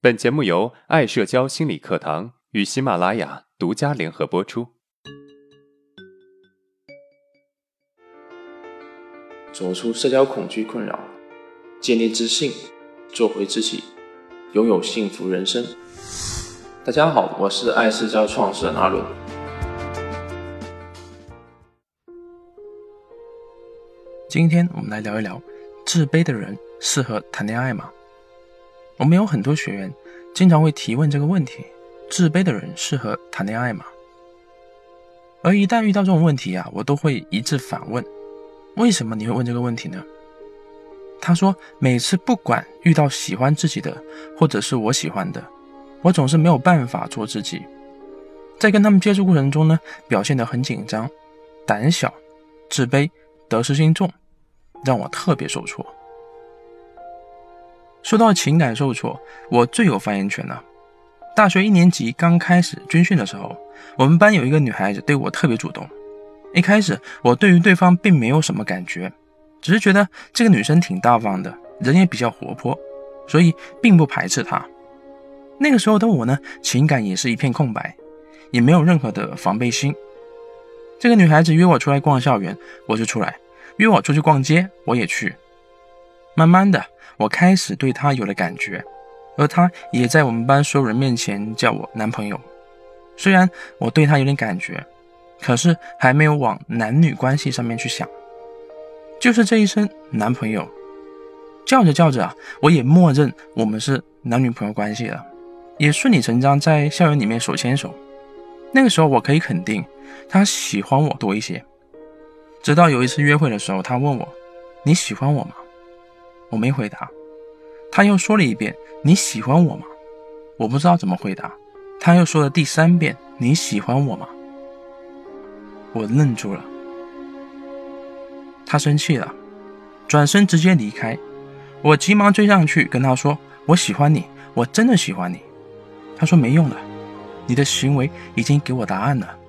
本节目由爱社交心理课堂与喜马拉雅独家联合播出。 走出社交恐惧困扰，建立自信，做回自己，拥有幸福人生。大家好，我是爱社交创始人阿伦。 今天我们来聊一聊，自卑的人适合谈恋爱吗？我们有很多学员经常会提问这个问题，自卑的人适合谈恋爱吗？而一旦遇到这种问题我都会一致反问，为什么你会问这个问题呢？他说，每次不管遇到喜欢自己的或者是我喜欢的，我总是没有办法做自己，在跟他们接触过程中呢，表现得很紧张、胆小、自卑、得失心重，让我特别受挫。说到情感受挫，我最有发言权了。大学1年级刚开始军训的时候，我们班有一个女孩子对我特别主动。一开始我对于对方并没有什么感觉，只是觉得这个女生挺大方的，人也比较活泼，所以并不排斥她。那个时候的我呢，情感也是一片空白，也没有任何的防备心。这个女孩子约我出来逛校园，我就出来；约我出去逛街，我也去。慢慢的，我开始对她有了感觉，而她也在我们班所有人面前叫我男朋友。虽然我对她有点感觉，可是还没有往男女关系上面去想。就是这一声男朋友，叫着叫着我也默认我们是男女朋友关系了，也顺理成章在校园里面手牵手。那个时候我可以肯定她喜欢我多一些。直到有一次约会的时候，她问我，你喜欢我吗？我没回答。她又说了一遍，你喜欢我吗？我不知道怎么回答。她又说了第3遍，你喜欢我吗？我愣住了。她生气了，转身直接离开。我急忙追上去跟她说，我喜欢你，我真的喜欢你。她说没用了，你的行为已经给我答案了。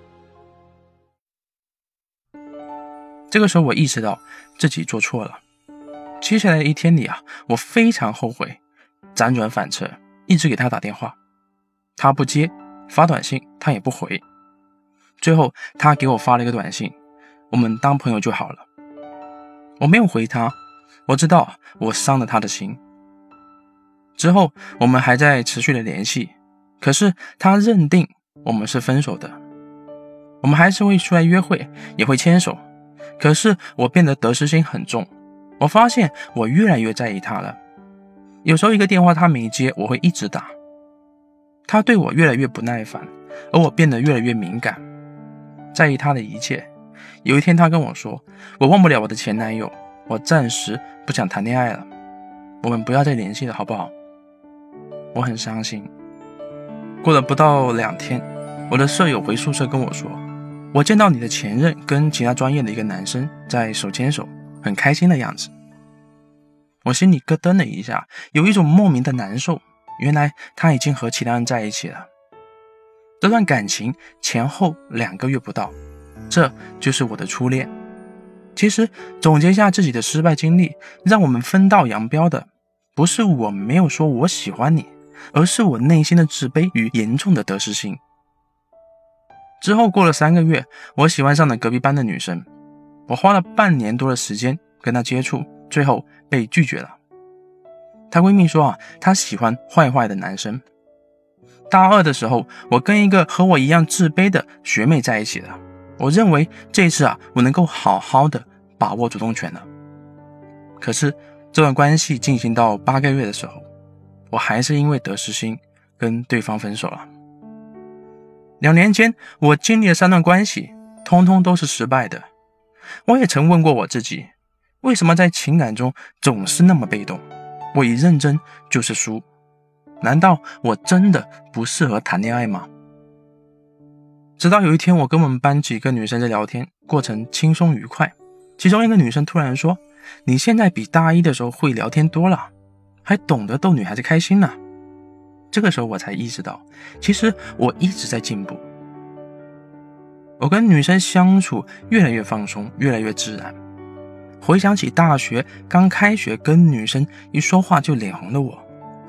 这个时候我意识到自己做错了。接下来的一天里我非常后悔，辗转反侧，一直给他打电话，他不接，发短信他也不回。最后他给我发了一个短信，我们当朋友就好了。我没有回他，我知道我伤了他的心。之后我们还在持续的联系，可是他认定我们是分手的。我们还是会出来约会，也会牵手，可是我变得得失心很重。我发现我越来越在意他了，有时候一个电话他没接，我会一直打。他对我越来越不耐烦，而我变得越来越敏感，在意他的一切。有一天他跟我说，我忘不了我的前男友，我暂时不想谈恋爱了，我们不要再联系了好不好？我很伤心。过了不到2天，我的舍友回宿舍跟我说，我见到你的前任跟其他专业的一个男生在手牵手，很开心的样子。我心里咯噔了一下，有一种莫名的难受，原来他已经和其他人在一起了。这段感情前后2个月不到，这就是我的初恋。其实总结一下自己的失败经历，让我们分道扬镳的不是我没有说我喜欢你，而是我内心的自卑与严重的得失心。之后过了3个月，我喜欢上了隔壁班的女生，我花了半年多的时间跟她接触，最后被拒绝了。她闺蜜说她喜欢坏坏的男生。大2的时候，我跟一个和我一样自卑的学妹在一起了。我认为这一次我能够好好的把握主动权了。可是这段关系进行到8个月的时候，我还是因为得失心跟对方分手了。2年间，我经历了3段关系，通通都是失败的。我也曾问过我自己，为什么在情感中总是那么被动？我一认真就是输。难道我真的不适合谈恋爱吗？直到有一天，我跟我们班几个女生在聊天，过程轻松愉快。其中一个女生突然说，你现在比大1的时候会聊天多了，还懂得逗女孩子开心了。这个时候我才意识到，其实我一直在进步。我跟女生相处越来越放松，越来越自然。回想起大学刚开学跟女生一说话就脸红的我，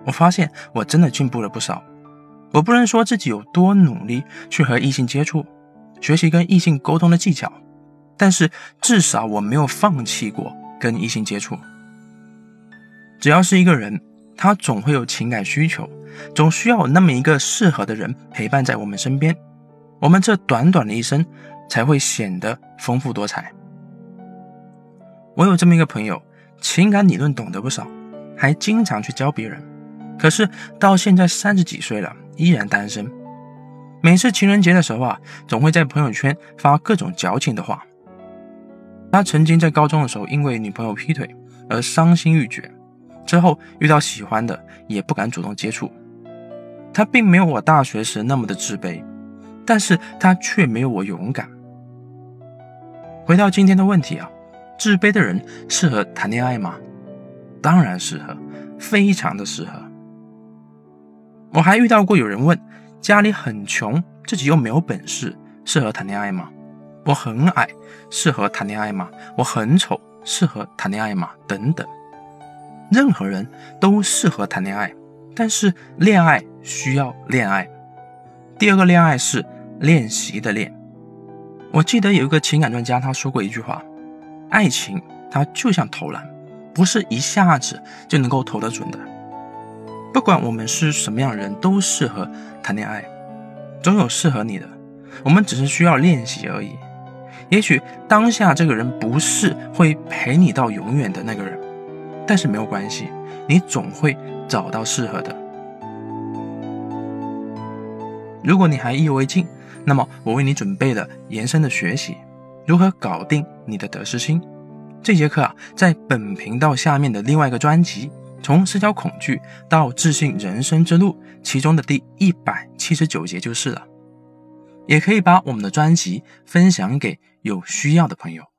我发现我真的进步了不少。我不能说自己有多努力去和异性接触，学习跟异性沟通的技巧，但是至少我没有放弃过跟异性接触。只要是一个人，他总会有情感需求，总需要有那么一个适合的人陪伴在我们身边，我们这短短的一生才会显得丰富多彩。我有这么一个朋友，情感理论懂得不少，还经常去教别人，可是到现在30几岁了，依然单身。每次情人节的时候啊，总会在朋友圈发各种矫情的话。他曾经在高中的时候因为女朋友劈腿而伤心欲绝，之后遇到喜欢的也不敢主动接触。他并没有我大学时那么的自卑，但是他却没有我勇敢。回到今天的问题啊，自卑的人适合谈恋爱吗？当然适合，非常的适合。我还遇到过有人问，家里很穷，自己又没有本事，适合谈恋爱吗？我很矮，适合谈恋爱吗？我很丑，适合谈恋爱吗？等等。任何人都适合谈恋爱，但是恋爱需要恋爱。第二个恋爱是练习的练。我记得有一个情感专家他说过一句话，爱情它就像投篮，不是一下子就能够投得准的。不管我们是什么样的人，都适合谈恋爱，总有适合你的，我们只是需要练习而已。也许当下这个人不是会陪你到永远的那个人，但是没有关系，你总会找到适合的。如果你还意犹未尽，那么我为你准备了延伸的学习，如何搞定你的得失心。这节课啊，在本频道下面的另外一个专辑，从社交恐惧到自信人生之路，其中的第179节就是了。也可以把我们的专辑分享给有需要的朋友。